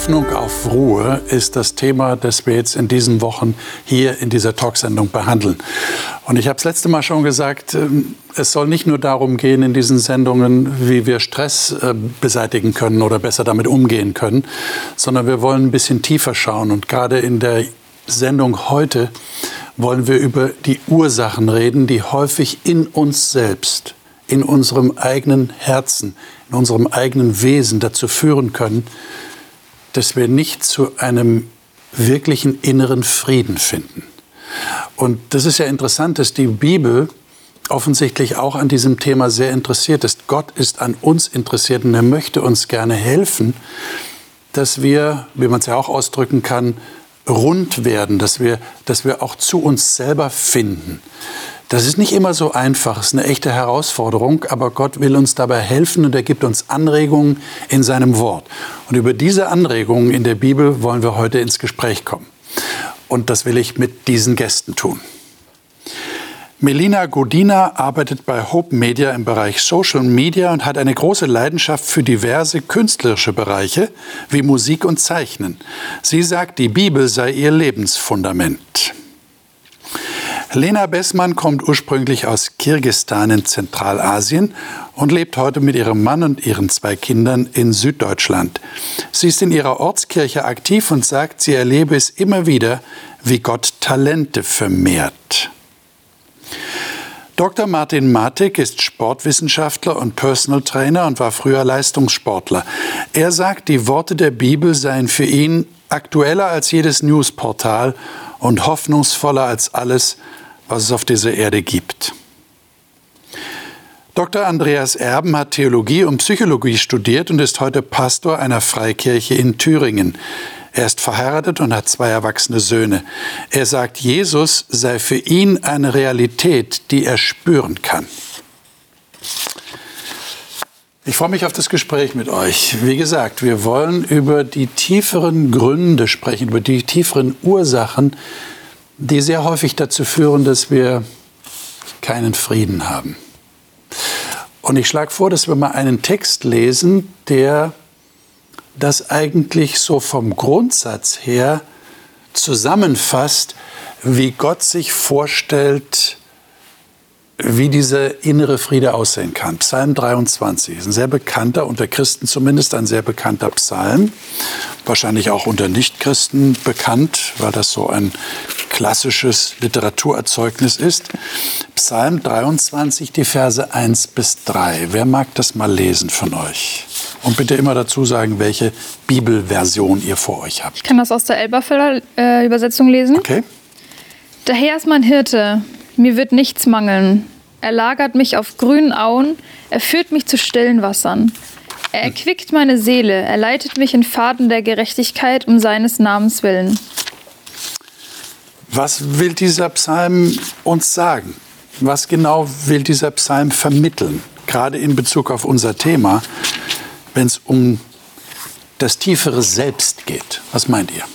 Hoffnung auf Ruhe ist das Thema, das wir jetzt in diesen Wochen hier in dieser Talksendung behandeln. Und ich habe das letzte Mal schon gesagt, es soll nicht nur darum gehen in diesen Sendungen, wie wir Stress beseitigen können oder besser damit umgehen können, sondern wir wollen ein bisschen tiefer schauen. Und gerade in der Sendung heute wollen wir über die Ursachen reden, die häufig in uns selbst, in unserem eigenen Herzen, in unserem eigenen Wesen dazu führen können, dass wir nicht zu einem wirklichen inneren Frieden finden. Und das ist ja interessant, dass die Bibel offensichtlich auch an diesem Thema sehr interessiert ist. Gott ist an uns interessiert und er möchte uns gerne helfen, dass wir, wie man es ja auch ausdrücken kann, rund werden, dass wir auch zu uns selber finden. Das ist nicht immer so einfach, es ist eine echte Herausforderung, aber Gott will uns dabei helfen und er gibt uns Anregungen in seinem Wort. Und über diese Anregungen in der Bibel wollen wir heute ins Gespräch kommen. Und das will ich mit diesen Gästen tun. Melina Godina arbeitet bei Hope Media im Bereich Social Media und hat eine große Leidenschaft für diverse künstlerische Bereiche wie Musik und Zeichnen. Sie sagt, die Bibel sei ihr Lebensfundament. Lena Bessmann kommt ursprünglich aus Kirgisistan in Zentralasien und lebt heute mit ihrem Mann und ihren 2 Kindern in Süddeutschland. Sie ist in ihrer Ortskirche aktiv und sagt, sie erlebe es immer wieder, wie Gott Talente vermehrt. Dr. Martin Matik ist Sportwissenschaftler und Personal Trainer und war früher Leistungssportler. Er sagt, die Worte der Bibel seien für ihn aktueller als jedes Newsportal und hoffnungsvoller als alles, was es auf dieser Erde gibt. Dr. Andreas Erben hat Theologie und Psychologie studiert und ist heute Pastor einer Freikirche in Thüringen. Er ist verheiratet und hat 2 erwachsene Söhne. Er sagt, Jesus sei für ihn eine Realität, die er spüren kann. Ich freue mich auf das Gespräch mit euch. Wie gesagt, wir wollen über die tieferen Gründe sprechen, über die tieferen Ursachen, die sehr häufig dazu führen, dass wir keinen Frieden haben. Und ich schlage vor, dass wir mal einen Text lesen, der das eigentlich so vom Grundsatz her zusammenfasst, wie Gott sich vorstellt, wie dieser innere Friede aussehen kann. Psalm 23 ist ein sehr bekannter, unter Christen zumindest ein sehr bekannter Psalm. Wahrscheinlich auch unter Nichtchristen bekannt, weil das so ein klassisches Literaturerzeugnis ist. Psalm 23, die Verse 1 bis 3. Wer mag das mal lesen von euch? Und bitte immer dazu sagen, welche Bibelversion ihr vor euch habt. Ich kann das aus der Elberfelder Übersetzung lesen. Okay. Der Herr ist mein Hirte, mir wird nichts mangeln. Er lagert mich auf grünen Auen, er führt mich zu stillen Wassern. Er erquickt meine Seele, er leitet mich in Pfaden der Gerechtigkeit um seines Namens willen. Was will dieser Psalm uns sagen? Was genau will dieser Psalm vermitteln? Gerade in Bezug auf unser Thema, wenn es um das tiefere Selbst geht. Was meint ihr?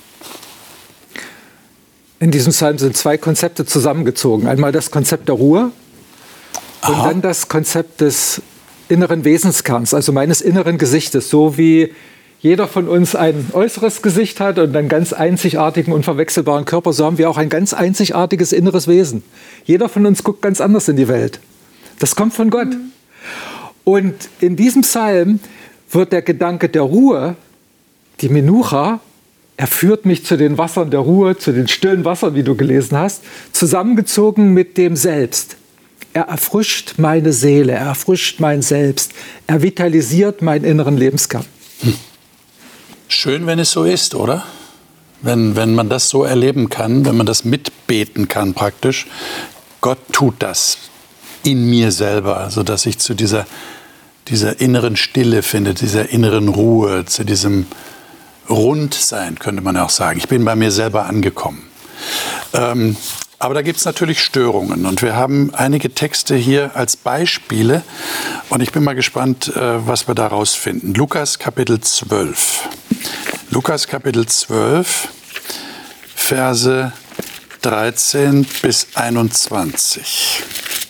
In diesem Psalm sind 2 Konzepte zusammengezogen. Einmal das Konzept der Ruhe und dann das Konzept des inneren Wesenskerns, also meines inneren Gesichtes. So wie jeder von uns ein äußeres Gesicht hat und einen ganz einzigartigen, unverwechselbaren Körper, so haben wir auch ein ganz einzigartiges inneres Wesen. Jeder von uns guckt ganz anders in die Welt. Das kommt von Gott. Und in diesem Psalm wird der Gedanke der Ruhe, die Menucha, er führt mich zu den Wassern der Ruhe, zu den stillen Wassern, wie du gelesen hast, zusammengezogen mit dem Selbst. Er erfrischt meine Seele, er erfrischt mein Selbst, er vitalisiert meinen inneren Lebenskern. Schön, wenn es so ist, oder? Wenn man das so erleben kann, wenn man das mitbeten kann praktisch. Gott tut das in mir selber, sodass ich zu dieser inneren Stille finde, dieser inneren Ruhe, zu diesem Rundsein, könnte man auch sagen. Ich bin bei mir selber angekommen. Aber da gibt es natürlich Störungen. Und wir haben einige Texte hier als Beispiele. Und ich bin mal gespannt, was wir daraus finden. Lukas Kapitel 12. Lukas Kapitel 12, Verse 13 bis 21.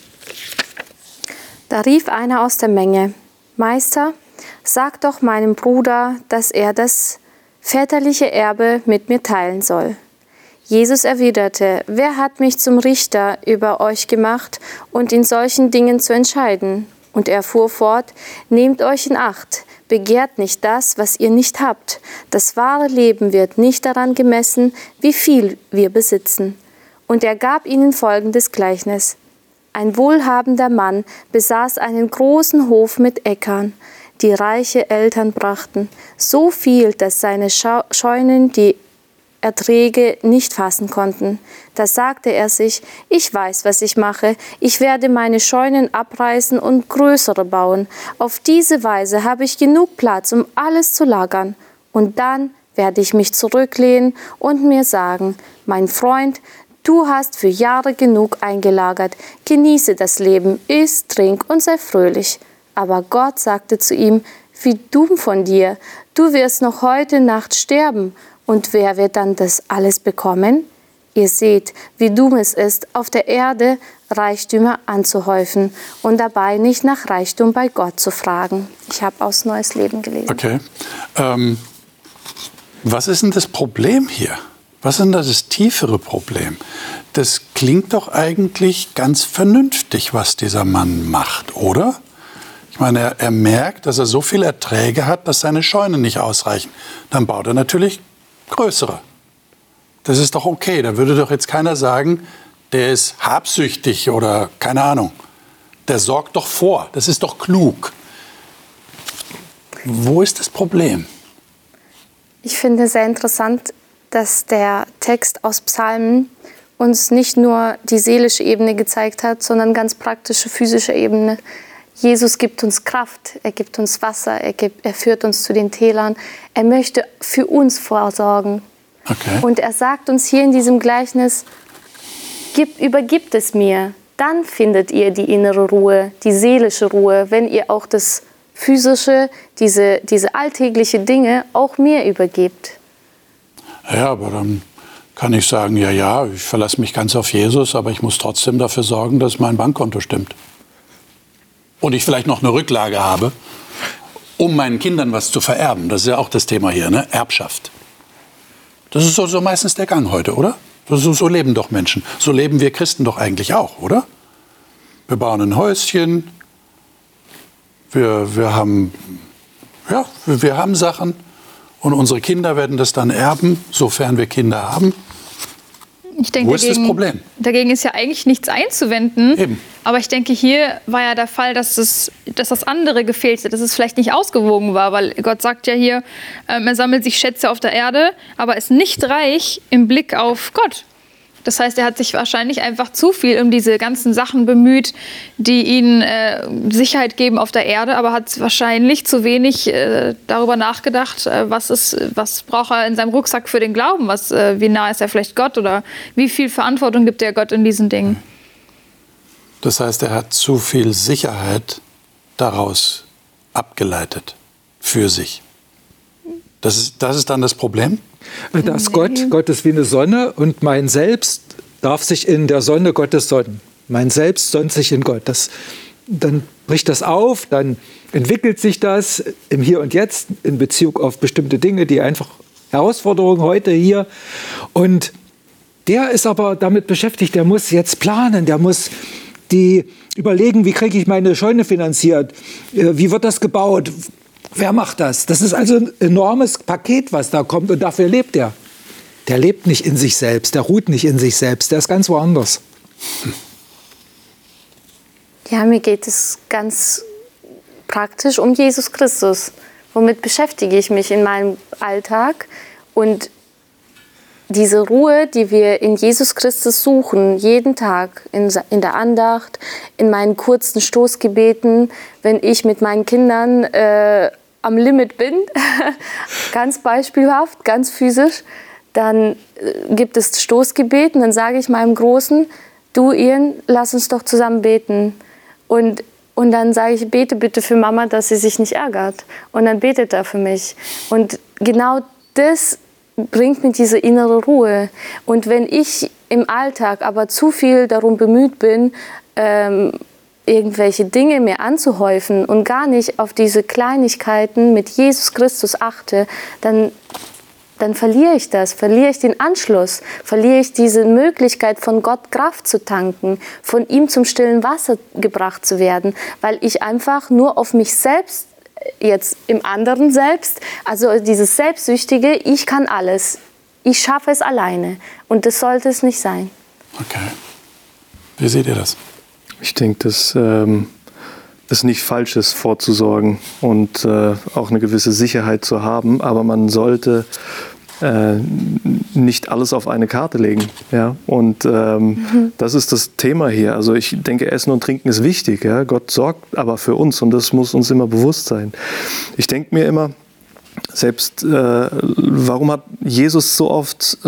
Da rief einer aus der Menge: Meister, sag doch meinem Bruder, dass er das väterliche Erbe mit mir teilen soll. Jesus erwiderte, wer hat mich zum Richter über euch gemacht und in solchen Dingen zu entscheiden? Und er fuhr fort, nehmt euch in Acht, begehrt nicht das, was ihr nicht habt. Das wahre Leben wird nicht daran gemessen, wie viel wir besitzen. Und er gab ihnen folgendes Gleichnis. Ein wohlhabender Mann besaß einen großen Hof mit Äckern, die reiche Eltern brachten, so viel, dass seine Scheunen die Erträge nicht fassen konnten. Da sagte er sich, ich weiß, was ich mache. Ich werde meine Scheunen abreißen und größere bauen. Auf diese Weise habe ich genug Platz, um alles zu lagern. Und dann werde ich mich zurücklehnen und mir sagen, mein Freund, du hast für Jahre genug eingelagert. Genieße das Leben, iss, trink und sei fröhlich. Aber Gott sagte zu ihm, wie dumm von dir, du wirst noch heute Nacht sterben. Und wer wird dann das alles bekommen? Ihr seht, wie dumm es ist, auf der Erde Reichtümer anzuhäufen und dabei nicht nach Reichtum bei Gott zu fragen. Ich habe aus Neues Leben gelesen. Okay. Was ist denn das Problem hier? Was ist denn das tiefere Problem? Das klingt doch eigentlich ganz vernünftig, was dieser Mann macht, oder? Ich meine, er merkt, dass er so viele Erträge hat, dass seine Scheunen nicht ausreichen. Dann baut er natürlich größere. Das ist doch okay. Da würde doch jetzt keiner sagen, der ist habsüchtig oder keine Ahnung. Der sorgt doch vor. Das ist doch klug. Wo ist das Problem? Ich finde sehr interessant, dass der Text aus Psalmen uns nicht nur die seelische Ebene gezeigt hat, sondern ganz praktische physische Ebene. Jesus gibt uns Kraft, er gibt uns Wasser, er führt uns zu den Tälern. Er möchte für uns vorsorgen. Okay. Und er sagt uns hier in diesem Gleichnis, übergibt es mir, dann findet ihr die innere Ruhe, die seelische Ruhe, wenn ihr auch das physische, diese alltägliche Dinge auch mir übergebt. Ja, aber dann kann ich sagen, ja, ich verlasse mich ganz auf Jesus, aber ich muss trotzdem dafür sorgen, dass mein Bankkonto stimmt. Und ich vielleicht noch eine Rücklage habe, um meinen Kindern was zu vererben. Das ist ja auch das Thema hier, ne? Erbschaft. Das ist so meistens der Gang heute, oder? So leben doch Menschen. So leben wir Christen doch eigentlich auch, oder? Wir bauen ein Häuschen, wir haben Sachen und unsere Kinder werden das dann erben, sofern wir Kinder haben. Ich denke, wo ist das Problem? Dagegen ist ja eigentlich nichts einzuwenden. Eben. Aber ich denke, hier war ja der Fall, dass das andere gefehlt hat, dass es vielleicht nicht ausgewogen war. Weil Gott sagt ja hier, er sammelt sich Schätze auf der Erde, aber ist nicht reich im Blick auf Gott. Das heißt, er hat sich wahrscheinlich einfach zu viel um diese ganzen Sachen bemüht, die ihnen Sicherheit geben auf der Erde, aber hat wahrscheinlich zu wenig darüber nachgedacht, was braucht er in seinem Rucksack für den Glauben, wie nah ist er vielleicht Gott oder wie viel Verantwortung gibt er Gott in diesen Dingen. Das heißt, er hat zu viel Sicherheit daraus abgeleitet für sich. Das ist dann das Problem? Dass Gott ist wie eine Sonne und mein Selbst darf sich in der Sonne Gottes sonnen. Mein Selbst sonnt sich in Gott. Dann bricht das auf, dann entwickelt sich das im Hier und Jetzt in Bezug auf bestimmte Dinge, die einfach Herausforderungen heute hier. Und der ist aber damit beschäftigt, der muss jetzt planen, der muss überlegen, wie kriege ich meine Scheune finanziert, wie wird das gebaut, wer macht das? Das ist also ein enormes Paket, was da kommt und dafür lebt er. Der lebt nicht in sich selbst, der ruht nicht in sich selbst, der ist ganz woanders. Ja, mir geht es ganz praktisch um Jesus Christus. Womit beschäftige ich mich in meinem Alltag? Und diese Ruhe, die wir in Jesus Christus suchen, jeden Tag in der Andacht, in meinen kurzen Stoßgebeten, wenn ich mit meinen Kindern am Limit bin, ganz beispielhaft, ganz physisch, dann gibt es Stoßgebet und dann sage ich meinem Großen, du Ian, lass uns doch zusammen beten. Und dann sage ich, bete bitte für Mama, dass sie sich nicht ärgert. Und dann betet er für mich. Und genau das bringt mir diese innere Ruhe. Und wenn ich im Alltag aber zu viel darum bemüht bin, irgendwelche Dinge mir anzuhäufen und gar nicht auf diese Kleinigkeiten mit Jesus Christus achte, dann dann verliere ich das, verliere ich den Anschluss, verliere ich diese Möglichkeit, von Gott Kraft zu tanken, von ihm zum stillen Wasser gebracht zu werden, weil ich einfach nur auf mich selbst, jetzt im anderen selbst, also dieses Selbstsüchtige, ich kann alles, ich schaffe es alleine und das sollte es nicht sein. Okay. Wie seht ihr das? Ich denke, dass es nicht falsch ist, vorzusorgen und auch eine gewisse Sicherheit zu haben, aber man sollte nicht alles auf eine Karte legen. Ja? Und das ist das Thema hier. Also ich denke, Essen und Trinken ist wichtig. Ja? Gott sorgt aber für uns und das muss uns immer bewusst sein. Ich denke mir immer, selbst warum hat Jesus so oft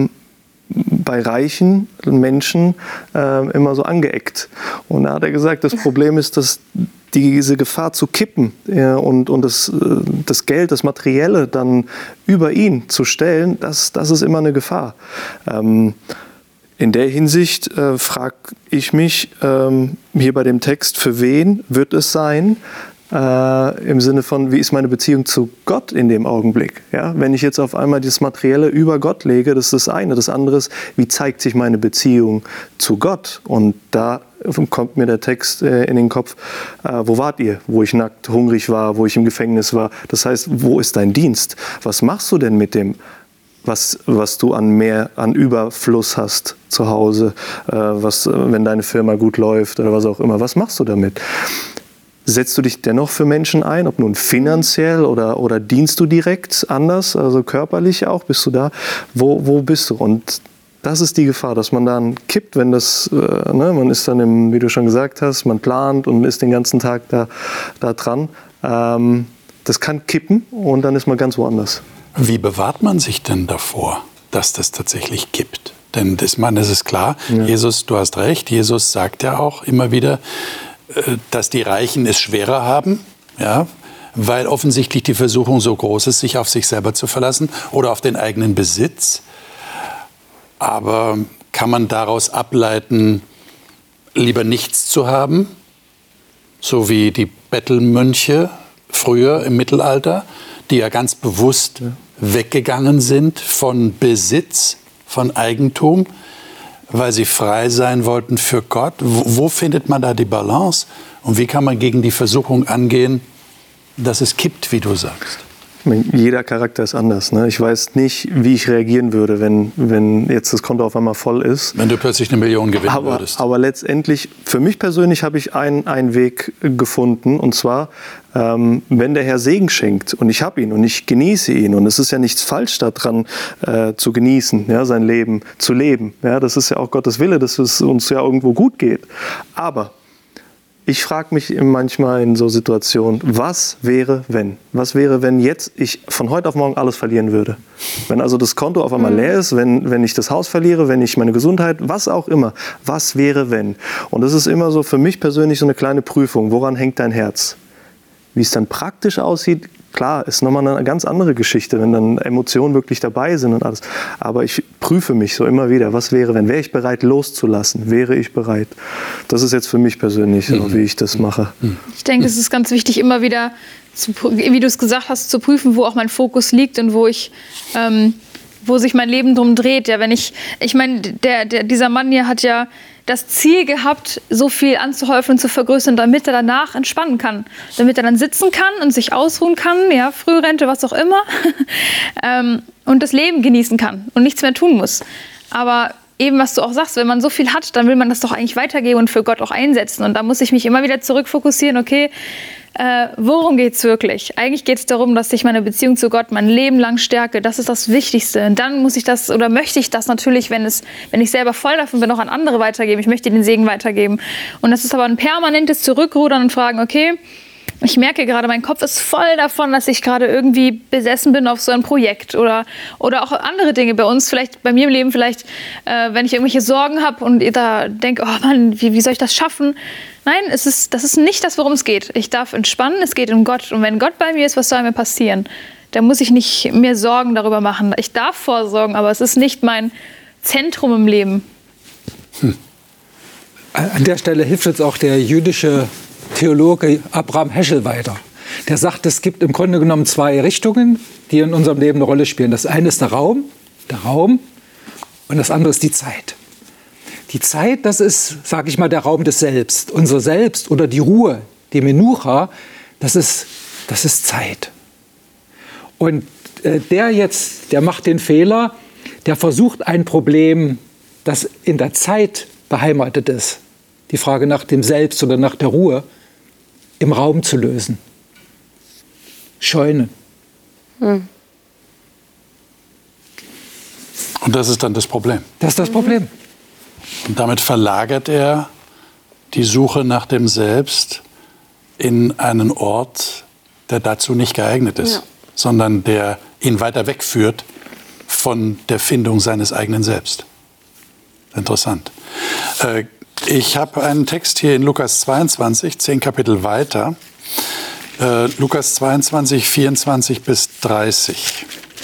bei reichen Menschen immer so angeeckt? Und da hat er gesagt, das Problem ist, dass diese Gefahr zu kippen und das Geld, das Materielle dann über ihn zu stellen, das ist immer eine Gefahr. In der Hinsicht frage ich mich hier bei dem Text, für wen wird es sein, im Sinne von, wie ist meine Beziehung zu Gott in dem Augenblick? Ja? Wenn ich jetzt auf einmal das Materielle über Gott lege, das ist das eine. Das andere ist, wie zeigt sich meine Beziehung zu Gott? Und da kommt mir der Text in den Kopf, wo wart ihr? Wo ich nackt, hungrig war, wo ich im Gefängnis war. Das heißt, wo ist dein Dienst? Was machst du denn mit dem, was du an Überfluss hast zu Hause, wenn deine Firma gut läuft oder was auch immer? Was machst du damit? Setzt du dich dennoch für Menschen ein, ob nun finanziell oder dienst du direkt anders, also körperlich auch, bist du da? Wo bist du? Und das ist die Gefahr, dass man dann kippt, wenn man ist dann, wie du schon gesagt hast, man plant und ist den ganzen Tag da dran. Das kann kippen und dann ist man ganz woanders. Wie bewahrt man sich denn davor, dass das tatsächlich kippt? Denn das ist klar, ja. Jesus, du hast recht, Jesus sagt ja auch immer wieder, dass die Reichen es schwerer haben, ja, weil offensichtlich die Versuchung so groß ist, sich auf sich selber zu verlassen oder auf den eigenen Besitz. Aber kann man daraus ableiten, lieber nichts zu haben, so wie die Bettelmönche früher im Mittelalter, die ja ganz bewusst weggegangen sind von Besitz, von Eigentum, weil sie frei sein wollten für Gott. Wo findet man da die Balance? Und wie kann man gegen die Versuchung angehen, dass es kippt, wie du sagst? Jeder Charakter ist anders. Ne? Ich weiß nicht, wie ich reagieren würde, wenn jetzt das Konto auf einmal voll ist. Wenn du plötzlich 1 Million gewinnen würdest. Aber letztendlich, für mich persönlich habe ich einen Weg gefunden. Und zwar, wenn der Herr Segen schenkt und ich habe ihn und ich genieße ihn. Und es ist ja nichts falsch daran, zu genießen, ja, sein Leben zu leben. Ja, das ist ja auch Gottes Wille, dass es uns ja irgendwo gut geht. Aber ich frage mich manchmal in so Situationen, was wäre, wenn? Was wäre, wenn jetzt ich von heute auf morgen alles verlieren würde? Wenn also das Konto auf einmal leer ist, wenn ich das Haus verliere, wenn ich meine Gesundheit, was auch immer. Was wäre, wenn? Und das ist immer so für mich persönlich so eine kleine Prüfung. Woran hängt dein Herz? Wie es dann praktisch aussieht, klar, ist nochmal eine ganz andere Geschichte, wenn dann Emotionen wirklich dabei sind und alles. Aber ich prüfe mich so immer wieder, was wäre, wenn? Wäre ich bereit loszulassen? Wäre ich bereit? Das ist jetzt für mich persönlich, so, wie ich das mache. Ich denke, es ist ganz wichtig, immer wieder, wie du es gesagt hast, zu prüfen, wo auch mein Fokus liegt und wo sich mein Leben drum dreht. Ja, ich meine, dieser Mann hier hat ja das Ziel gehabt, so viel anzuhäufen und zu vergrößern, damit er danach entspannen kann. Damit er dann sitzen kann und sich ausruhen kann, ja, Frührente, was auch immer, und das Leben genießen kann und nichts mehr tun muss. Aber eben, was du auch sagst, wenn man so viel hat, dann will man das doch eigentlich weitergeben und für Gott auch einsetzen. Und da muss ich mich immer wieder zurückfokussieren, okay, worum geht es wirklich? Eigentlich geht es darum, dass ich meine Beziehung zu Gott mein Leben lang stärke. Das ist das Wichtigste. Und dann muss ich das oder möchte ich das natürlich, wenn ich selber voll davon bin, auch an andere weitergeben. Ich möchte den Segen weitergeben. Und das ist aber ein permanentes Zurückrudern und fragen, okay, ich merke gerade, mein Kopf ist voll davon, dass ich gerade irgendwie besessen bin auf so ein Projekt oder auch andere Dinge bei uns, vielleicht bei mir im Leben, vielleicht, wenn ich irgendwelche Sorgen habe und da denke, oh Mann, wie soll ich das schaffen? Nein, das ist nicht das, worum es geht. Ich darf entspannen, es geht um Gott. Und wenn Gott bei mir ist, was soll mir passieren? Da muss ich nicht mir Sorgen darüber machen. Ich darf vorsorgen, aber es ist nicht mein Zentrum im Leben. An der Stelle hilft uns auch der jüdische Theologe Abraham Heschel weiter. Der sagt, es gibt im Grunde genommen zwei Richtungen, die in unserem Leben eine Rolle spielen. Das eine ist der Raum, und das andere ist die Zeit. Die Zeit, das ist, sage ich mal, der Raum des Selbst. Unser Selbst oder die Ruhe, die Menucha, das ist Zeit. Und der macht den Fehler, der versucht ein Problem, das in der Zeit beheimatet ist, die Frage nach dem Selbst oder nach der Ruhe, im Raum zu lösen. Scheunen. Und das ist dann das Problem. Das ist das Problem. Und damit verlagert er die Suche nach dem Selbst in einen Ort, der dazu nicht geeignet ist, sondern der ihn weiter wegführt von der Findung seines eigenen Selbst. Interessant. Ich habe einen Text hier in Lukas 22, 10 Kapitel weiter. Lukas 22, 24 bis 30.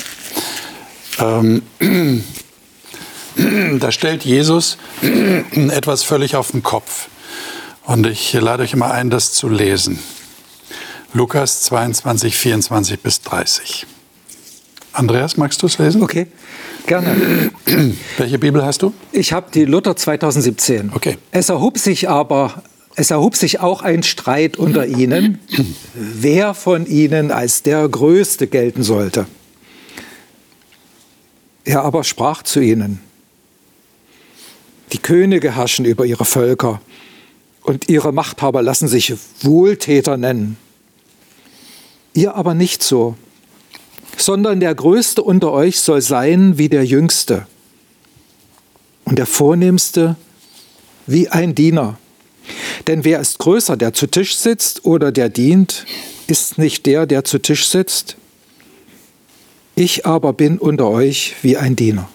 Da stellt Jesus etwas völlig auf den Kopf. Und ich lade euch immer ein, das zu lesen. Lukas 22, 24 bis 30. Andreas, magst du es lesen? Okay, gerne. Welche Bibel hast du? Ich habe die Luther 2017. Okay. Es erhob sich auch ein Streit unter ihnen, wer von ihnen als der Größte gelten sollte. Er aber sprach zu ihnen: Die Könige herrschen über ihre Völker und ihre Machthaber lassen sich Wohltäter nennen. Ihr aber nicht so, sondern der Größte unter euch soll sein wie der Jüngste und der Vornehmste wie ein Diener. Denn wer ist größer, der zu Tisch sitzt oder der dient? Ist nicht der zu Tisch sitzt? Ich aber bin unter euch wie ein Diener.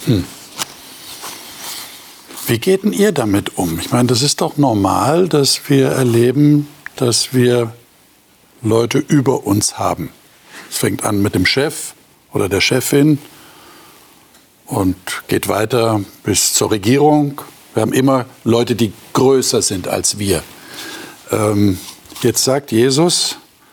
Wie geht denn ihr damit um? Ich meine, das ist doch normal, dass wir erleben, dass wir Leute über uns haben. Es fängt an mit dem Chef oder der Chefin und geht weiter bis zur Regierung. Wir haben immer Leute, die größer sind als wir. Jetzt sagt Jesus,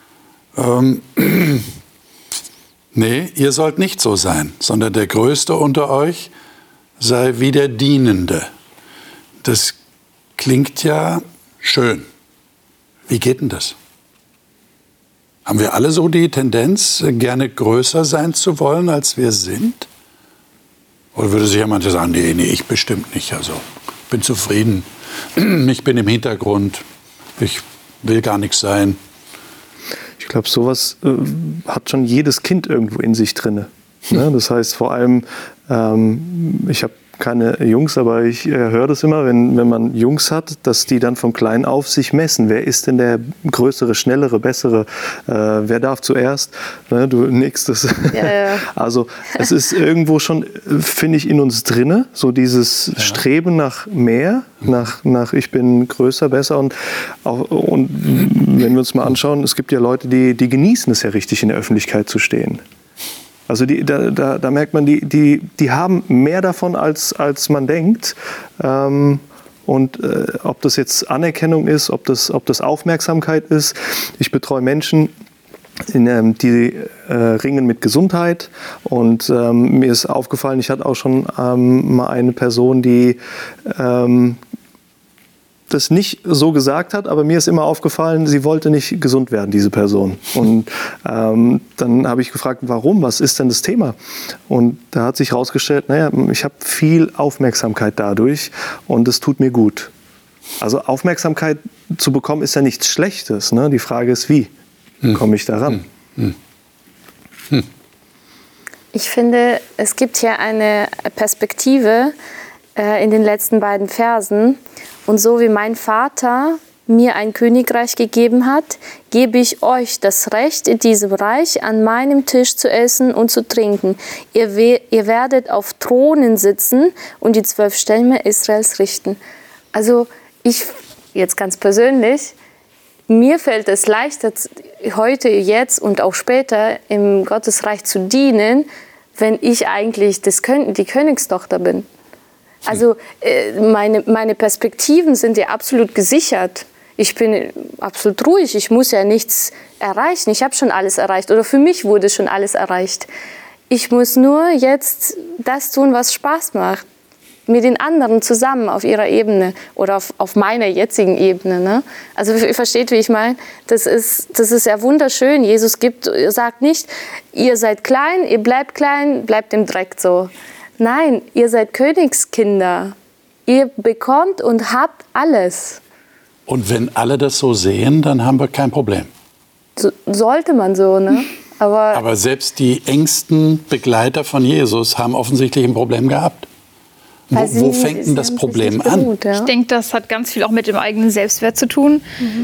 nee, ihr sollt nicht so sein, sondern der Größte unter euch sei wie der Dienende. Das klingt ja schön. Wie geht denn das? Haben wir alle so die Tendenz, gerne größer sein zu wollen, als wir sind? Oder würde sich jemand sagen, nee, ich bestimmt nicht. Also bin zufrieden, ich bin im Hintergrund, ich will gar nichts sein. Ich glaube, sowas hat schon jedes Kind irgendwo in sich drin. Ne? Das heißt vor allem, ich habe keine Jungs, aber ich höre das immer, wenn man Jungs hat, dass die dann von klein auf sich messen. Wer ist denn der größere, schnellere, bessere? Wer darf zuerst? Ne, du nächstes. Ja. Also es ist irgendwo schon, finde ich, in uns drinne, so dieses Streben nach mehr, nach ich bin größer, besser. Und wenn wir uns mal anschauen, es gibt ja Leute, die genießen es ja richtig, in der Öffentlichkeit zu stehen. Also da merkt man, die haben mehr davon, als man denkt. Und ob das jetzt Anerkennung ist, ob das Aufmerksamkeit ist. Ich betreue Menschen, die ringen mit Gesundheit. Und mir ist aufgefallen, ich hatte auch schon mal eine Person, die das nicht so gesagt hat, aber mir ist immer aufgefallen, sie wollte nicht gesund werden, diese Person. Und dann habe ich gefragt, warum, was ist denn das Thema? Und da hat sich herausgestellt, naja, ich habe viel Aufmerksamkeit dadurch und es tut mir gut. Also Aufmerksamkeit zu bekommen ist ja nichts Schlechtes, ne? Die Frage ist, wie komme ich daran? Ich finde, es gibt hier eine Perspektive in den letzten beiden Versen. Und so wie mein Vater mir ein Königreich gegeben hat, gebe ich euch das Recht, in diesem Reich an meinem Tisch zu essen und zu trinken. Ihr werdet auf Thronen sitzen und die 12 Stämme Israels richten. Also ich, jetzt ganz persönlich, mir fällt es leichter, heute, jetzt und auch später im Gottesreich zu dienen, wenn ich eigentlich die Königstochter bin. Also meine Perspektiven sind ja absolut gesichert. Ich bin absolut ruhig, ich muss ja nichts erreichen, ich habe schon alles erreicht oder für mich wurde schon alles erreicht. Ich muss nur jetzt das tun, was Spaß macht, mit den anderen zusammen auf ihrer Ebene oder auf meiner jetzigen Ebene. Ne? Also ihr versteht, wie ich meine? Das ist ja wunderschön. Jesus sagt nicht, ihr seid klein, ihr bleibt im Dreck so. Nein, ihr seid Königskinder. Ihr bekommt und habt alles. Und wenn alle das so sehen, dann haben wir kein Problem. Sollte man so, ne? Aber selbst die engsten Begleiter von Jesus haben offensichtlich ein Problem gehabt. Wo fängt denn das Problem an? Ich denke, das hat ganz viel auch mit dem eigenen Selbstwert zu tun.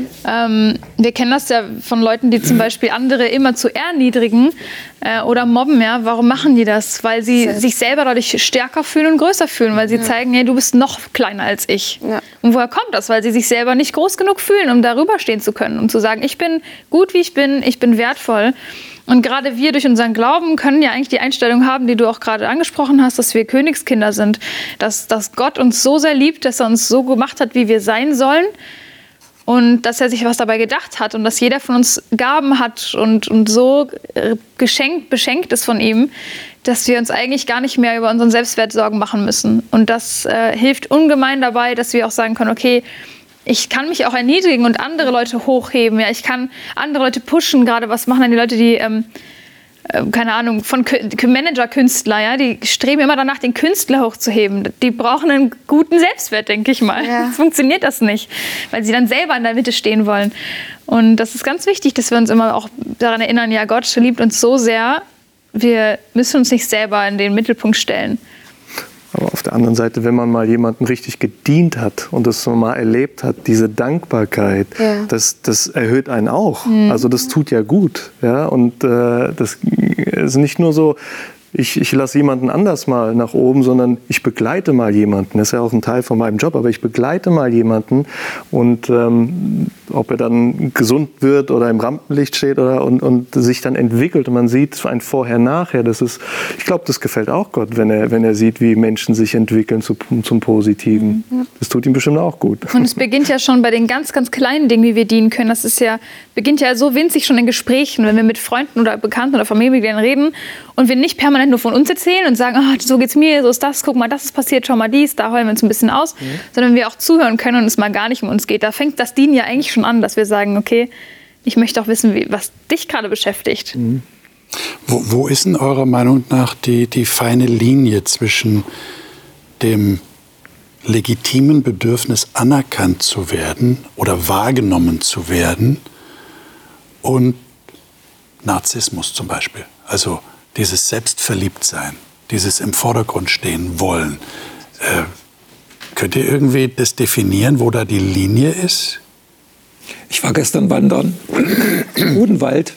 Wir kennen das ja von Leuten, die zum Beispiel andere immer zu erniedrigen oder mobben. Ja? Warum machen die das? Weil sie sich selber dadurch stärker fühlen und größer fühlen, weil sie zeigen, hey, du bist noch kleiner als ich. Ja. Und woher kommt das? Weil sie sich selber nicht groß genug fühlen, um darüber stehen zu können, um zu sagen, ich bin gut, wie ich bin wertvoll. Und gerade wir durch unseren Glauben können ja eigentlich die Einstellung haben, die du auch gerade angesprochen hast, dass wir Königskinder sind, dass Gott uns so sehr liebt, dass er uns so gemacht hat, wie wir sein sollen und dass er sich was dabei gedacht hat und dass jeder von uns Gaben hat und so beschenkt ist von ihm, dass wir uns eigentlich gar nicht mehr über unseren Selbstwert Sorgen machen müssen. Und das hilft ungemein dabei, dass wir auch sagen können, okay, ich kann mich auch erniedrigen und andere Leute hochheben. Ja, ich kann andere Leute pushen. Gerade was machen dann die Leute, die, keine Ahnung, von Manager-Künstler, ja, die streben immer danach, den Künstler hochzuheben. Die brauchen einen guten Selbstwert, denke ich mal. Ja. Sonst funktioniert das nicht, weil sie dann selber in der Mitte stehen wollen. Und das ist ganz wichtig, dass wir uns immer auch daran erinnern, ja, Gott liebt uns so sehr, wir müssen uns nicht selber in den Mittelpunkt stellen. Aber auf der anderen Seite, wenn man mal jemandem richtig gedient hat und das so mal erlebt hat, diese Dankbarkeit, das erhöht einen auch. Also das tut ja gut. Ja? Und das ist nicht nur so, ich lasse jemanden anders mal nach oben, sondern ich begleite mal jemanden. Das ist ja auch ein Teil von meinem Job, aber ich begleite mal jemanden und ob er dann gesund wird oder im Rampenlicht steht und sich dann entwickelt und man sieht ein Vorher-Nachher, ich glaube, das gefällt auch Gott, wenn er sieht, wie Menschen sich entwickeln zum Positiven. Das tut ihm bestimmt auch gut. Und es beginnt ja schon bei den ganz, ganz kleinen Dingen, wie wir dienen können. Das beginnt ja so winzig schon in Gesprächen, wenn wir mit Freunden oder Bekannten oder Familienmitgliedern reden und wir nicht permanent nur von uns erzählen und sagen, oh, so geht's mir, so ist das, guck mal, das ist passiert, schau mal dies, da heulen wir uns ein bisschen aus, sondern wir auch zuhören können und es mal gar nicht um uns geht. Da fängt das Dienen ja eigentlich schon an, dass wir sagen, okay, ich möchte auch wissen, was dich gerade beschäftigt. Wo ist denn eurer Meinung nach die feine Linie zwischen dem legitimen Bedürfnis, anerkannt zu werden oder wahrgenommen zu werden und Narzissmus zum Beispiel? Also dieses Selbstverliebtsein, dieses im Vordergrund stehen wollen. Könnt ihr irgendwie das definieren, wo da die Linie ist? Ich war gestern wandern im Odenwald.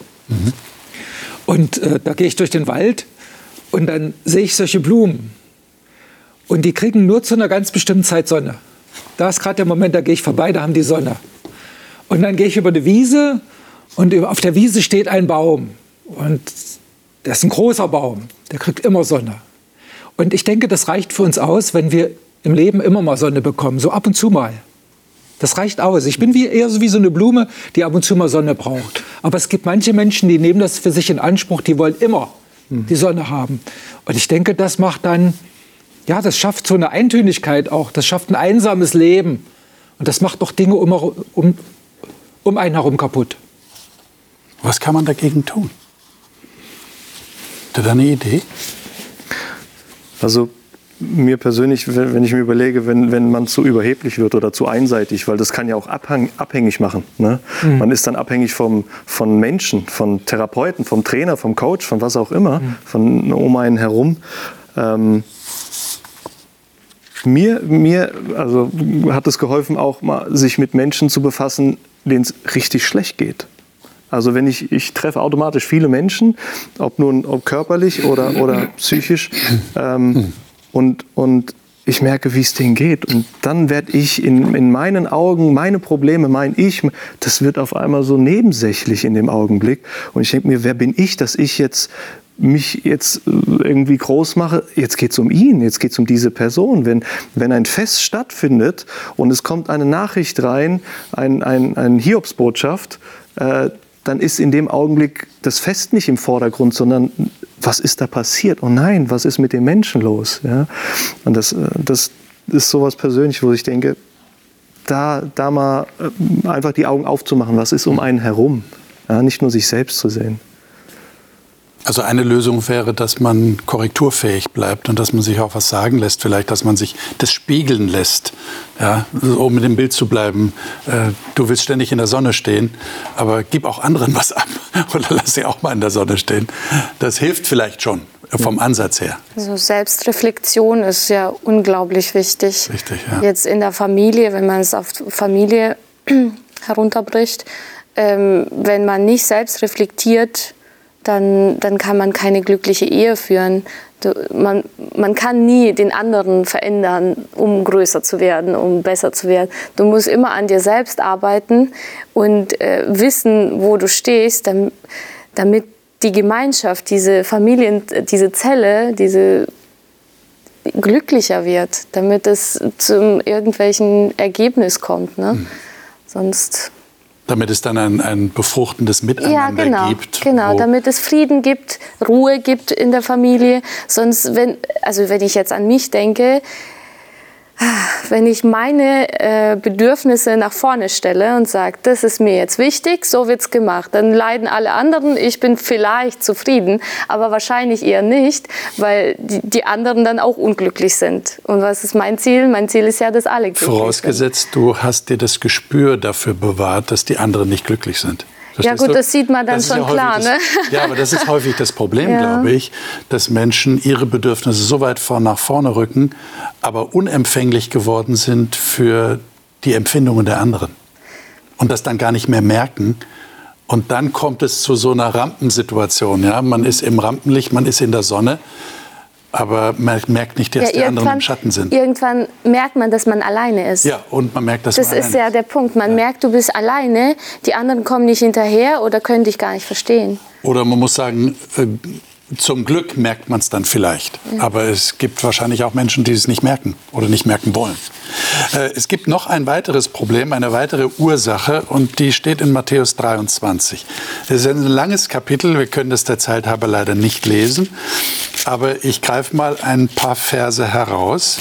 Und da gehe ich durch den Wald und dann sehe ich solche Blumen. Und die kriegen nur zu einer ganz bestimmten Zeit Sonne. Da ist gerade der Moment, da gehe ich vorbei, da haben die Sonne. Und dann gehe ich über eine Wiese und auf der Wiese steht ein Baum. Und das ist ein großer Baum, der kriegt immer Sonne. Und ich denke, das reicht für uns aus, wenn wir im Leben immer mal Sonne bekommen, so ab und zu mal. Das reicht aus. Ich bin eher so wie so eine Blume, die ab und zu mal Sonne braucht. Aber es gibt manche Menschen, die nehmen das für sich in Anspruch, die wollen immer die Sonne haben. Und ich denke, das macht dann, ja, das schafft so eine Eintönigkeit auch, das schafft ein einsames Leben. Und das macht doch Dinge um einen herum kaputt. Was kann man dagegen tun? Habt ihr da eine Idee? Also mir persönlich, wenn ich mir überlege, wenn man zu überheblich wird oder zu einseitig, weil das kann ja auch abhängig machen. Ne? Man ist dann abhängig von Menschen, von Therapeuten, vom Trainer, vom Coach, von was auch immer, von um einen herum. Mir also hat es geholfen, auch mal sich mit Menschen zu befassen, denen es richtig schlecht geht. Also wenn ich treffe automatisch viele Menschen, ob körperlich oder psychisch, und ich merke, wie es denen geht. Und dann werde ich in meinen Augen, meine Probleme, das wird auf einmal so nebensächlich in dem Augenblick. Und ich denke mir, wer bin ich, dass ich jetzt mich jetzt irgendwie groß mache, jetzt geht es um ihn, jetzt geht es um diese Person. Wenn ein Fest stattfindet und es kommt eine Nachricht rein, eine Hiobsbotschaft, dann ist in dem Augenblick das Fest nicht im Vordergrund, sondern was ist da passiert? Oh nein, was ist mit dem Menschen los? Ja? Und das ist sowas Persönliches, wo ich denke, da mal einfach die Augen aufzumachen, was ist um einen herum, ja? Nicht nur sich selbst zu sehen. Also eine Lösung wäre, dass man korrekturfähig bleibt und dass man sich auch was sagen lässt, vielleicht, dass man sich das spiegeln lässt, ja, um mit dem Bild zu bleiben. Du willst ständig in der Sonne stehen, aber gib auch anderen was ab oder lass sie auch mal in der Sonne stehen. Das hilft vielleicht schon vom Ansatz her. Also Selbstreflexion ist ja unglaublich wichtig. Richtig, ja. Jetzt in der Familie, wenn man es auf Familie herunterbricht, wenn man nicht selbst reflektiert, dann kann man keine glückliche Ehe führen. Man kann nie den anderen verändern, um größer zu werden, um besser zu werden. Du musst immer an dir selbst arbeiten und wissen, wo du stehst, damit die Gemeinschaft, diese Familien, diese Zelle, glücklicher wird, damit es zu irgendwelchen Ergebnis kommt. Ne? Damit es dann ein befruchtendes Miteinander gibt. Genau, damit es Frieden gibt, Ruhe gibt in der Familie. Sonst, wenn ich jetzt an mich denke, wenn ich meine Bedürfnisse nach vorne stelle und sage, das ist mir jetzt wichtig, so wird's gemacht, dann leiden alle anderen, ich bin vielleicht zufrieden, aber wahrscheinlich eher nicht, weil die anderen dann auch unglücklich sind. Und was ist mein Ziel? Mein Ziel ist ja, dass alle glücklich sind. Vorausgesetzt, du hast dir das Gespür dafür bewahrt, dass die anderen nicht glücklich sind. Verstehst du? Das sieht man dann schon klar. Ne? Ja, aber das ist häufig das Problem, glaube ich, dass Menschen ihre Bedürfnisse so weit nach vorne rücken, aber unempfänglich geworden sind für die Empfindungen der anderen. Und das dann gar nicht mehr merken. Und dann kommt es zu so einer Rampensituation. Ja? Man ist im Rampenlicht, man ist in der Sonne. Aber man merkt nicht, dass die anderen im Schatten sind. Irgendwann merkt man, dass man alleine ist. Ja, und man merkt, dass man alleine ist. Das ist ja der Punkt. Man merkt, du bist alleine, die anderen kommen nicht hinterher oder können dich gar nicht verstehen. Oder man muss sagen, zum Glück merkt man es dann vielleicht. Ja. Aber es gibt wahrscheinlich auch Menschen, die es nicht merken oder nicht merken wollen. Es gibt noch ein weiteres Problem, eine weitere Ursache, und die steht in Matthäus 23. Das ist ein langes Kapitel, wir können das der Zeit halber leider nicht lesen, aber ich greife mal ein paar Verse heraus.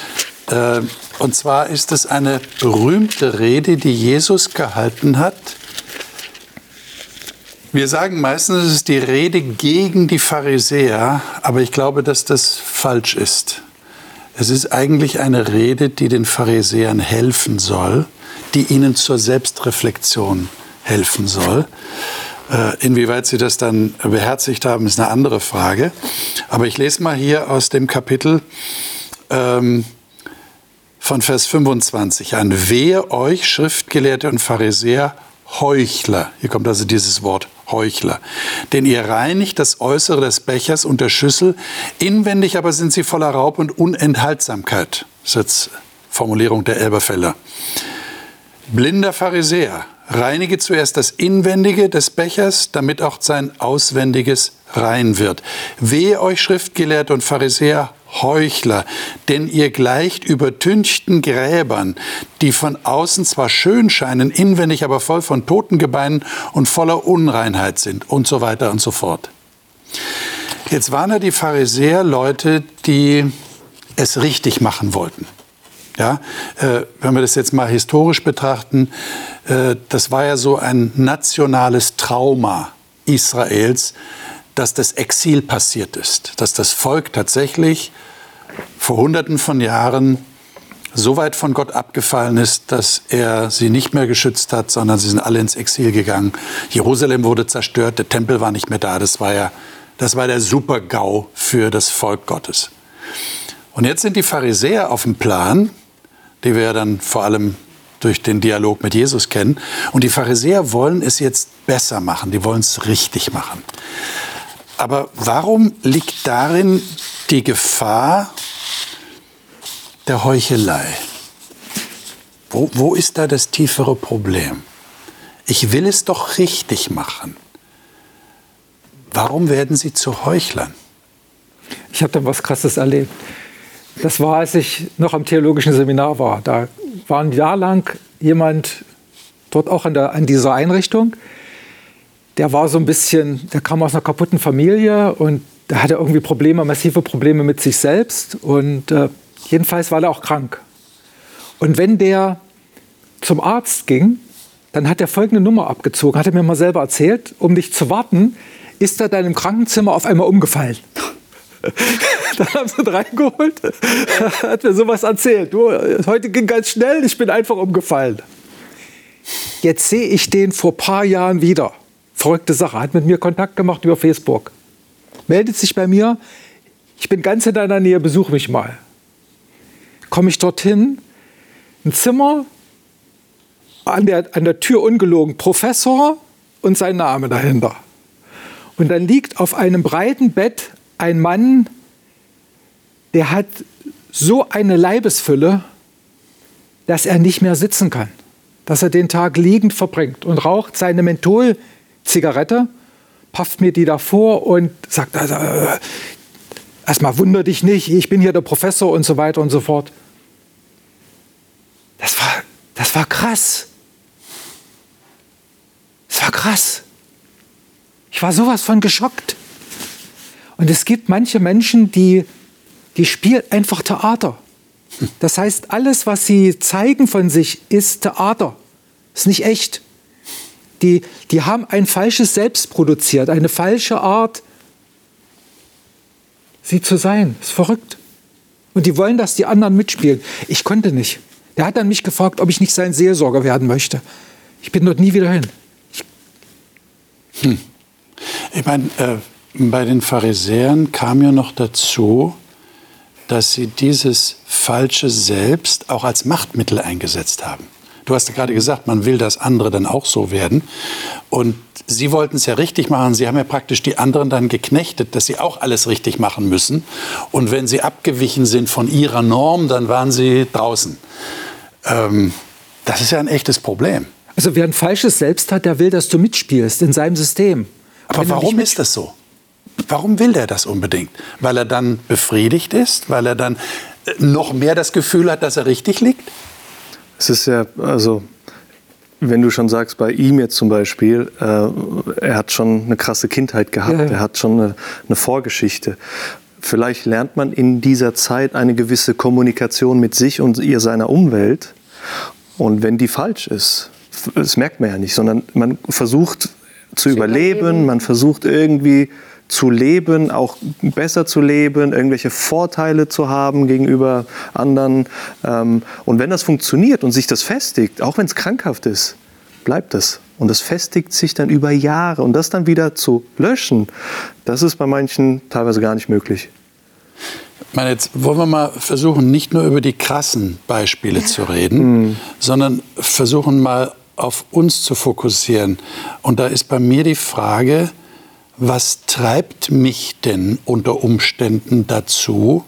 Und zwar ist es eine berühmte Rede, die Jesus gehalten hat. Wir sagen meistens, es ist die Rede gegen die Pharisäer, aber ich glaube, dass das falsch ist. Es ist eigentlich eine Rede, die den Pharisäern helfen soll, die ihnen zur Selbstreflexion helfen soll. Inwieweit sie das dann beherzigt haben, ist eine andere Frage. Aber ich lese mal hier aus dem Kapitel von Vers 25 an. Wehe euch, Schriftgelehrte und Pharisäer, Heuchler. Hier kommt also dieses Wort Heuchler. Denn ihr reinigt das Äußere des Bechers und der Schüssel, inwendig aber sind sie voller Raub und Unenthaltsamkeit. Das ist jetzt Formulierung der Elberfelder. Blinder Pharisäer, reinige zuerst das Inwendige des Bechers, damit auch sein Auswendiges rein wird. Wehe euch, Schriftgelehrte und Pharisäer, Heuchler, denn ihr gleicht übertünchten Gräbern, die von außen zwar schön scheinen, inwendig aber voll von Totengebeinen und voller Unreinheit sind und so weiter und so fort. Jetzt waren ja die Pharisäer Leute, die es richtig machen wollten. Ja, wenn wir das jetzt mal historisch betrachten, das war ja so ein nationales Trauma Israels, dass das Exil passiert ist, dass das Volk tatsächlich vor Hunderten von Jahren so weit von Gott abgefallen ist, dass er sie nicht mehr geschützt hat, sondern sie sind alle ins Exil gegangen. Jerusalem wurde zerstört, der Tempel war nicht mehr da. Das war der Super-GAU für das Volk Gottes. Und jetzt sind die Pharisäer auf dem Plan, die wir ja dann vor allem durch den Dialog mit Jesus kennen. Und die Pharisäer wollen es jetzt besser machen, die wollen es richtig machen. Aber warum liegt darin die Gefahr der Heuchelei? Wo ist da das tiefere Problem? Ich will es doch richtig machen. Warum werden sie zu Heuchlern? Ich habe dann was Krasses erlebt. Das war, als ich noch am theologischen Seminar war. Da war ein Jahr lang jemand dort auch an dieser Einrichtung. Der war so ein bisschen, der kam aus einer kaputten Familie und der hatte irgendwie massive Probleme mit sich selbst. Und jedenfalls war er auch krank. Und wenn der zum Arzt ging, dann hat er folgende Nummer abgezogen, hat er mir mal selber erzählt, um dich zu warten, ist er dann im Krankenzimmer auf einmal umgefallen. Dann haben sie ihn reingeholt, hat mir sowas erzählt. Du, heute ging ganz schnell, ich bin einfach umgefallen. Jetzt sehe ich den vor ein paar Jahren wieder. Verrückte Sache, hat mit mir Kontakt gemacht über Facebook. Meldet sich bei mir, ich bin ganz in deiner Nähe, besuch mich mal. Komme ich dorthin, ein Zimmer, an der Tür ungelogen, Professor und sein Name dahinter. Und dann liegt auf einem breiten Bett ein Mann, der hat so eine Leibesfülle, dass er nicht mehr sitzen kann. Dass er den Tag liegend verbringt und raucht seine Menthol-Zigarette, pafft mir die davor und sagt, also, erstmal wunder dich nicht, ich bin hier der Professor und so weiter und so fort. Das war krass. Das war krass. Ich war sowas von geschockt. Und es gibt manche Menschen, die spielen einfach Theater. Das heißt, alles, was sie zeigen von sich, ist Theater. Ist nicht echt. Die haben ein falsches Selbst produziert, eine falsche Art, sie zu sein. Ist verrückt. Und die wollen, dass die anderen mitspielen. Ich konnte nicht. Der hat dann mich gefragt, ob ich nicht sein Seelsorger werden möchte. Ich bin dort nie wieder hin. Ich meine, bei den Pharisäern kam ja noch dazu, dass sie dieses falsche Selbst auch als Machtmittel eingesetzt haben. Du hast ja gerade gesagt, man will, dass andere dann auch so werden. Und sie wollten es ja richtig machen. Sie haben ja praktisch die anderen dann geknechtet, dass sie auch alles richtig machen müssen. Und wenn sie abgewichen sind von ihrer Norm, dann waren sie draußen. Das ist ja ein echtes Problem. Also wer ein falsches Selbst hat, der will, dass du mitspielst in seinem System. Aber warum ist das so? Warum will der das unbedingt? Weil er dann befriedigt ist? Weil er dann noch mehr das Gefühl hat, dass er richtig liegt? Es ist ja, also, wenn du schon sagst, bei ihm jetzt zum Beispiel, er hat schon eine krasse Kindheit gehabt, ja. Er hat schon eine Vorgeschichte. Vielleicht lernt man in dieser Zeit eine gewisse Kommunikation mit sich und seiner Umwelt. Und wenn die falsch ist, das merkt man ja nicht, sondern man versucht zu überleben, man versucht irgendwie zu leben, auch besser zu leben, irgendwelche Vorteile zu haben gegenüber anderen. Und wenn das funktioniert und sich das festigt, auch wenn es krankhaft ist, bleibt es. Und das festigt sich dann über Jahre. Und das dann wieder zu löschen, das ist bei manchen teilweise gar nicht möglich. Ich meine, jetzt wollen wir mal versuchen, nicht nur über die krassen Beispiele zu reden, sondern versuchen mal auf uns zu fokussieren. Und da ist bei mir die Frage, was treibt mich denn unter Umständen dazu,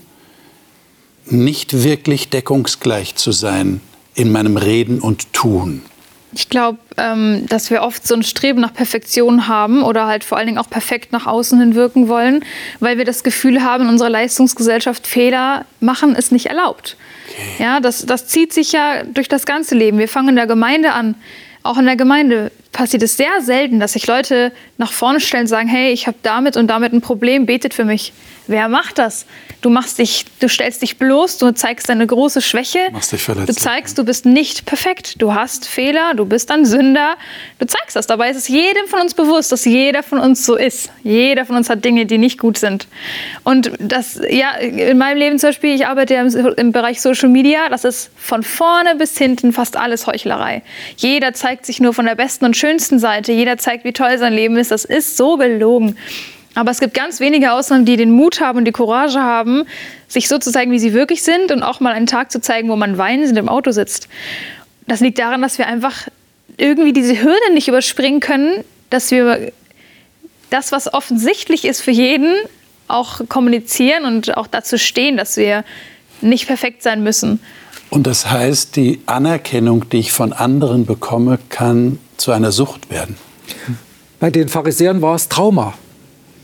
nicht wirklich deckungsgleich zu sein in meinem Reden und Tun? Ich glaube, dass wir oft so ein Streben nach Perfektion haben oder halt vor allen Dingen auch perfekt nach außen hin wirken wollen, weil wir das Gefühl haben, in unserer Leistungsgesellschaft Fehler machen ist nicht erlaubt. Okay. Ja, das zieht sich ja durch das ganze Leben. Wir fangen in der Gemeinde an. Auch in der Gemeinde passiert es sehr selten, dass sich Leute nach vorne stellen und sagen, hey, ich habe damit und damit ein Problem, betet für mich. Wer macht das? Du stellst dich bloß, du zeigst deine große Schwäche. Machst dich verletzlich. Du zeigst, du bist nicht perfekt. Du hast Fehler, du bist ein Sünder. Du zeigst das. Dabei ist es jedem von uns bewusst, dass jeder von uns so ist. Jeder von uns hat Dinge, die nicht gut sind. Und das, ja, in meinem Leben zum Beispiel, ich arbeite ja im Bereich Social Media, das ist von vorne bis hinten fast alles Heuchlerei. Jeder zeigt sich nur von der besten und schönsten Seite. Jeder zeigt, wie toll sein Leben ist. Das ist so gelogen. Aber es gibt ganz wenige Ausnahmen, die den Mut haben und die Courage haben, sich so zu zeigen, wie sie wirklich sind und auch mal einen Tag zu zeigen, wo man weinend im Auto sitzt. Das liegt daran, dass wir einfach irgendwie diese Hürde nicht überspringen können, dass wir das, was offensichtlich ist für jeden, auch kommunizieren und auch dazu stehen, dass wir nicht perfekt sein müssen. Und das heißt, die Anerkennung, die ich von anderen bekomme, kann zu einer Sucht werden. Bei den Pharisäern war es Trauma.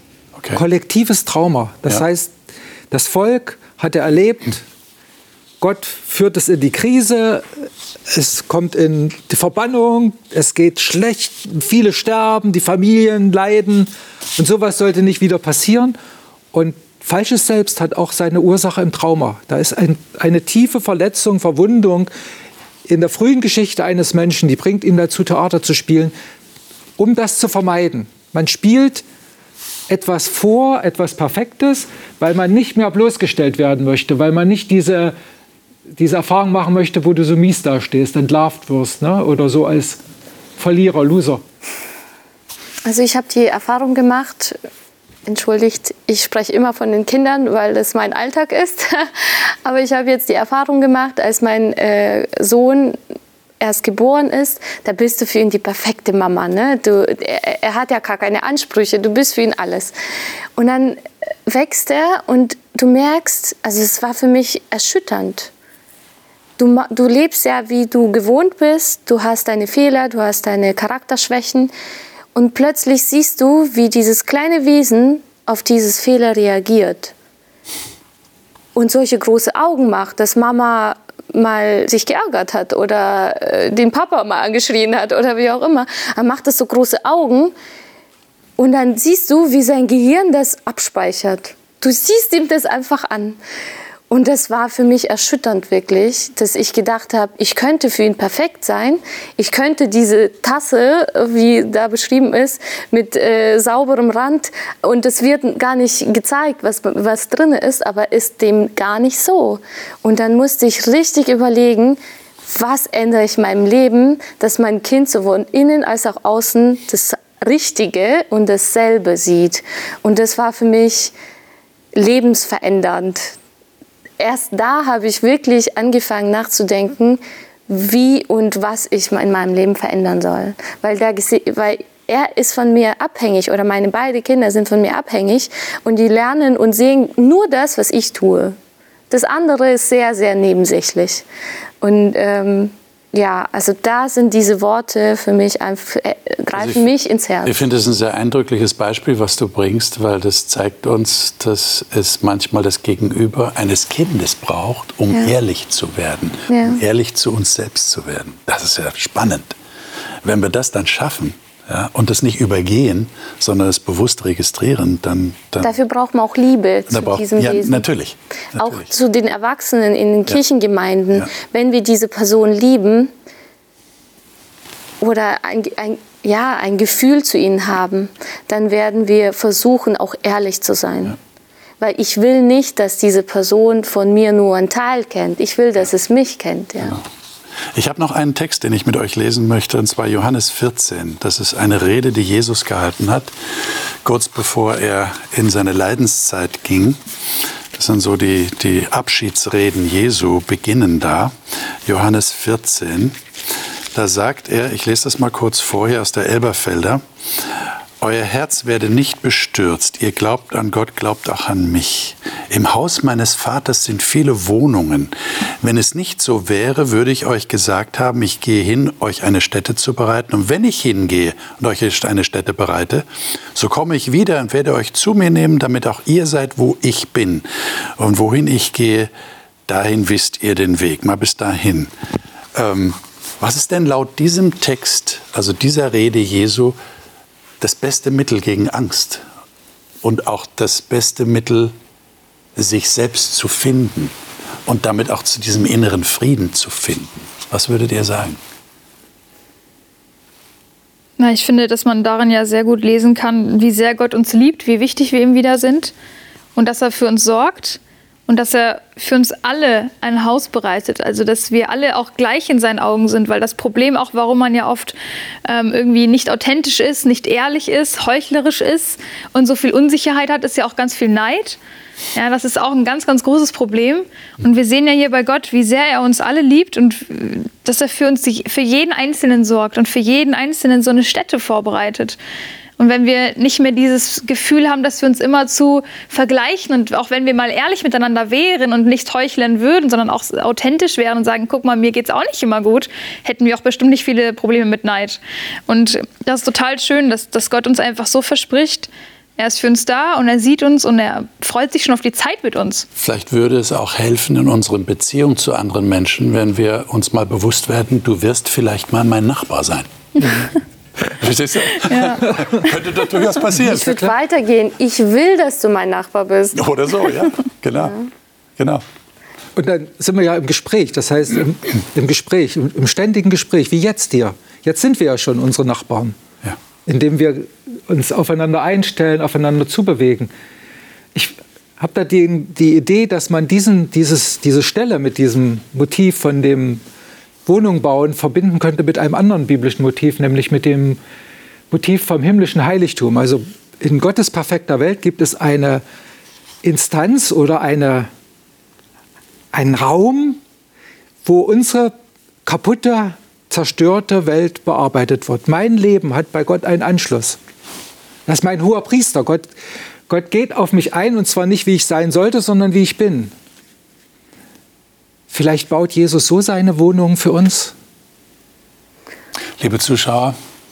kollektives Trauma. Das heißt, das Volk hatte erlebt, Gott führt es in die Krise, es kommt in die Verbannung, es geht schlecht, viele sterben, die Familien leiden und sowas sollte nicht wieder passieren. Und falsches Selbst hat auch seine Ursache im Trauma. Da ist eine tiefe Verletzung, Verwundung in der frühen Geschichte eines Menschen, die bringt ihn dazu, Theater zu spielen, um das zu vermeiden. Man spielt etwas vor, etwas Perfektes, weil man nicht mehr bloßgestellt werden möchte, weil man nicht diese Erfahrung machen möchte, wo du so mies dastehst, entlarvt wirst, ne? Oder so als Verlierer, Loser. Also ich habe die Erfahrung gemacht, entschuldigt, ich spreche immer von den Kindern, weil das mein Alltag ist, aber ich habe jetzt die Erfahrung gemacht, als mein Sohn erst geboren ist, da bist du für ihn die perfekte Mama. Ne? Er hat ja gar keine Ansprüche, du bist für ihn alles. Und dann wächst er und du merkst, also es war für mich erschütternd. Du lebst ja, wie du gewohnt bist, du hast deine Fehler, du hast deine Charakterschwächen und plötzlich siehst du, wie dieses kleine Wesen auf dieses Fehler reagiert und solche große Augen macht, dass Mama mal sich geärgert hat oder den Papa mal angeschrien hat oder wie auch immer. Er macht das so große Augen und dann siehst du, wie sein Gehirn das abspeichert. Du siehst ihm das einfach an. Und das war für mich erschütternd wirklich, dass ich gedacht habe, ich könnte für ihn perfekt sein. Ich könnte diese Tasse, wie da beschrieben ist, mit sauberem Rand und es wird gar nicht gezeigt, was drin ist, aber ist dem gar nicht so. Und dann musste ich richtig überlegen, was ändere ich in meinem Leben, dass mein Kind sowohl innen als auch außen das Richtige und dasselbe sieht. Und das war für mich lebensverändernd. Erst da habe ich wirklich angefangen nachzudenken, wie und was ich in meinem Leben verändern soll. Weil er ist von mir abhängig oder meine beiden Kinder sind von mir abhängig und die lernen und sehen nur das, was ich tue. Das andere ist sehr, sehr nebensächlich. Und also da sind diese Worte für mich greifen mich ins Herz. Ich finde, es ist ein sehr eindrückliches Beispiel, was du bringst, weil das zeigt uns, dass es manchmal das Gegenüber eines Kindes braucht, um ehrlich zu werden, um ehrlich zu uns selbst zu werden. Das ist ja spannend. Wenn wir das dann schaffen, und das nicht übergehen, sondern es bewusst registrieren, dann dafür braucht man auch Liebe zu diesem Wesen. Natürlich. Auch zu den Erwachsenen in den Kirchengemeinden. Ja. Wenn wir diese Person lieben oder ein Gefühl zu ihnen haben, dann werden wir versuchen, auch ehrlich zu sein. Ja. Weil ich will nicht, dass diese Person von mir nur einen Teil kennt. Ich will, dass es mich kennt. Ja. Genau. Ich habe noch einen Text, den ich mit euch lesen möchte, und zwar Johannes 14. Das ist eine Rede, die Jesus gehalten hat, kurz bevor er in seine Leidenszeit ging. Das sind so die Abschiedsreden Jesu, beginnen da. Johannes 14. Da sagt er, ich lese das mal kurz vorher aus der Elberfelder, euer Herz werde nicht bestürzt. Ihr glaubt an Gott, glaubt auch an mich. Im Haus meines Vaters sind viele Wohnungen. Wenn es nicht so wäre, würde ich euch gesagt haben, ich gehe hin, euch eine Stätte zu bereiten. Und wenn ich hingehe und euch eine Stätte bereite, so komme ich wieder und werde euch zu mir nehmen, damit auch ihr seid, wo ich bin. Und wohin ich gehe, dahin wisst ihr den Weg. Mal bis dahin. Was ist denn laut diesem Text, also dieser Rede Jesu, das beste Mittel gegen Angst und auch das beste Mittel, sich selbst zu finden und damit auch zu diesem inneren Frieden zu finden? Was würdet ihr sagen? Na, ich finde, dass man darin ja sehr gut lesen kann, wie sehr Gott uns liebt, wie wichtig wir ihm wieder sind und dass er für uns sorgt und dass er für uns alle ein Haus bereitet. Also, dass wir alle auch gleich in seinen Augen sind, weil das Problem auch, warum man ja oft irgendwie nicht authentisch ist, nicht ehrlich ist, heuchlerisch ist und so viel Unsicherheit hat, ist ja auch ganz viel Neid. Ja, das ist auch ein ganz, ganz großes Problem. Und wir sehen ja hier bei Gott, wie sehr er uns alle liebt und dass er für jeden Einzelnen sorgt und für jeden Einzelnen so eine Stätte vorbereitet. Und wenn wir nicht mehr dieses Gefühl haben, dass wir uns immer zu vergleichen und auch wenn wir mal ehrlich miteinander wären und nicht heucheln würden, sondern auch authentisch wären und sagen, guck mal, mir geht's auch nicht immer gut, hätten wir auch bestimmt nicht viele Probleme mit Neid. Und das ist total schön, dass Gott uns einfach so verspricht, Er ist für uns da und er sieht uns und er freut sich schon auf die Zeit mit uns. Vielleicht würde es auch helfen in unseren Beziehungen zu anderen Menschen, wenn wir uns mal bewusst werden, du wirst vielleicht mal mein Nachbar sein. Verstehst du? Ja. Könnte das durchaus passieren. Ich würde weitergehen. Ich will, dass du mein Nachbar bist. Oder so, ja. Genau. Ja. Genau. Und dann sind wir ja im Gespräch, das heißt im Gespräch, im ständigen Gespräch, wie jetzt hier. Jetzt sind wir ja schon unsere Nachbarn, Ja. indem wir uns aufeinander einstellen, aufeinander zubewegen. Ich habe da die Idee, dass man diese Stelle mit diesem Motiv von dem Wohnung bauen verbinden könnte mit einem anderen biblischen Motiv, nämlich mit dem Motiv vom himmlischen Heiligtum. Also in Gottes perfekter Welt gibt es eine Instanz oder einen Raum, wo unsere kaputte, zerstörte Welt bearbeitet wird. Mein Leben hat bei Gott einen Anschluss. Das ist mein hoher Priester. Gott geht auf mich ein, und zwar nicht, wie ich sein sollte, sondern wie ich bin. Vielleicht baut Jesus so seine Wohnung für uns. Liebe Zuschauer,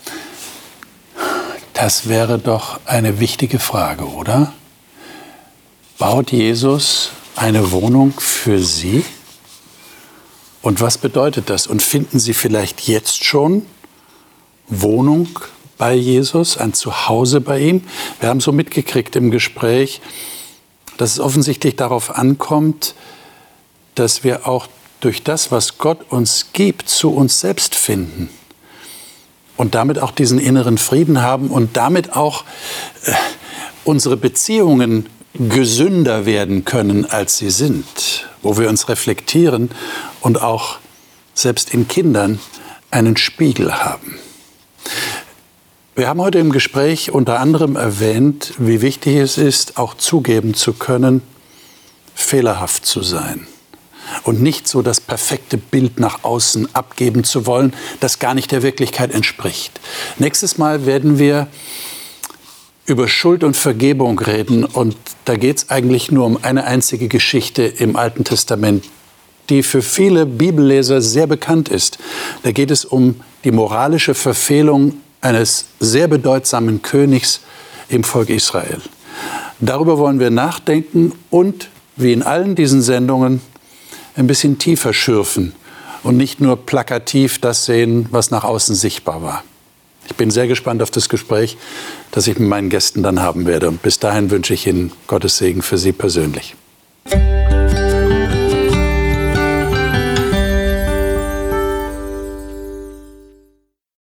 das wäre doch eine wichtige Frage, oder? Baut Jesus eine Wohnung für Sie? Und was bedeutet das? Und finden Sie vielleicht jetzt schon Wohnung bei Jesus, ein Zuhause bei ihm? Wir haben so mitgekriegt im Gespräch, dass es offensichtlich darauf ankommt, dass wir auch durch das, was Gott uns gibt, zu uns selbst finden. Und damit auch diesen inneren Frieden haben und damit auch unsere Beziehungen gesünder werden können, als sie sind. Wo wir uns reflektieren und auch selbst in Kindern einen Spiegel haben. Wir haben heute im Gespräch unter anderem erwähnt, wie wichtig es ist, auch zugeben zu können, fehlerhaft zu sein. Und nicht so das perfekte Bild nach außen abgeben zu wollen, das gar nicht der Wirklichkeit entspricht. Nächstes Mal werden wir über Schuld und Vergebung reden. Und da geht es eigentlich nur um eine einzige Geschichte im Alten Testament, die für viele Bibelleser sehr bekannt ist. Da geht es um die moralische Verfehlung eines sehr bedeutsamen Königs im Volk Israel. Darüber wollen wir nachdenken und, wie in allen diesen Sendungen, ein bisschen tiefer schürfen und nicht nur plakativ das sehen, was nach außen sichtbar war. Ich bin sehr gespannt auf das Gespräch, das ich mit meinen Gästen dann haben werde. Und bis dahin wünsche ich Ihnen Gottes Segen für Sie persönlich.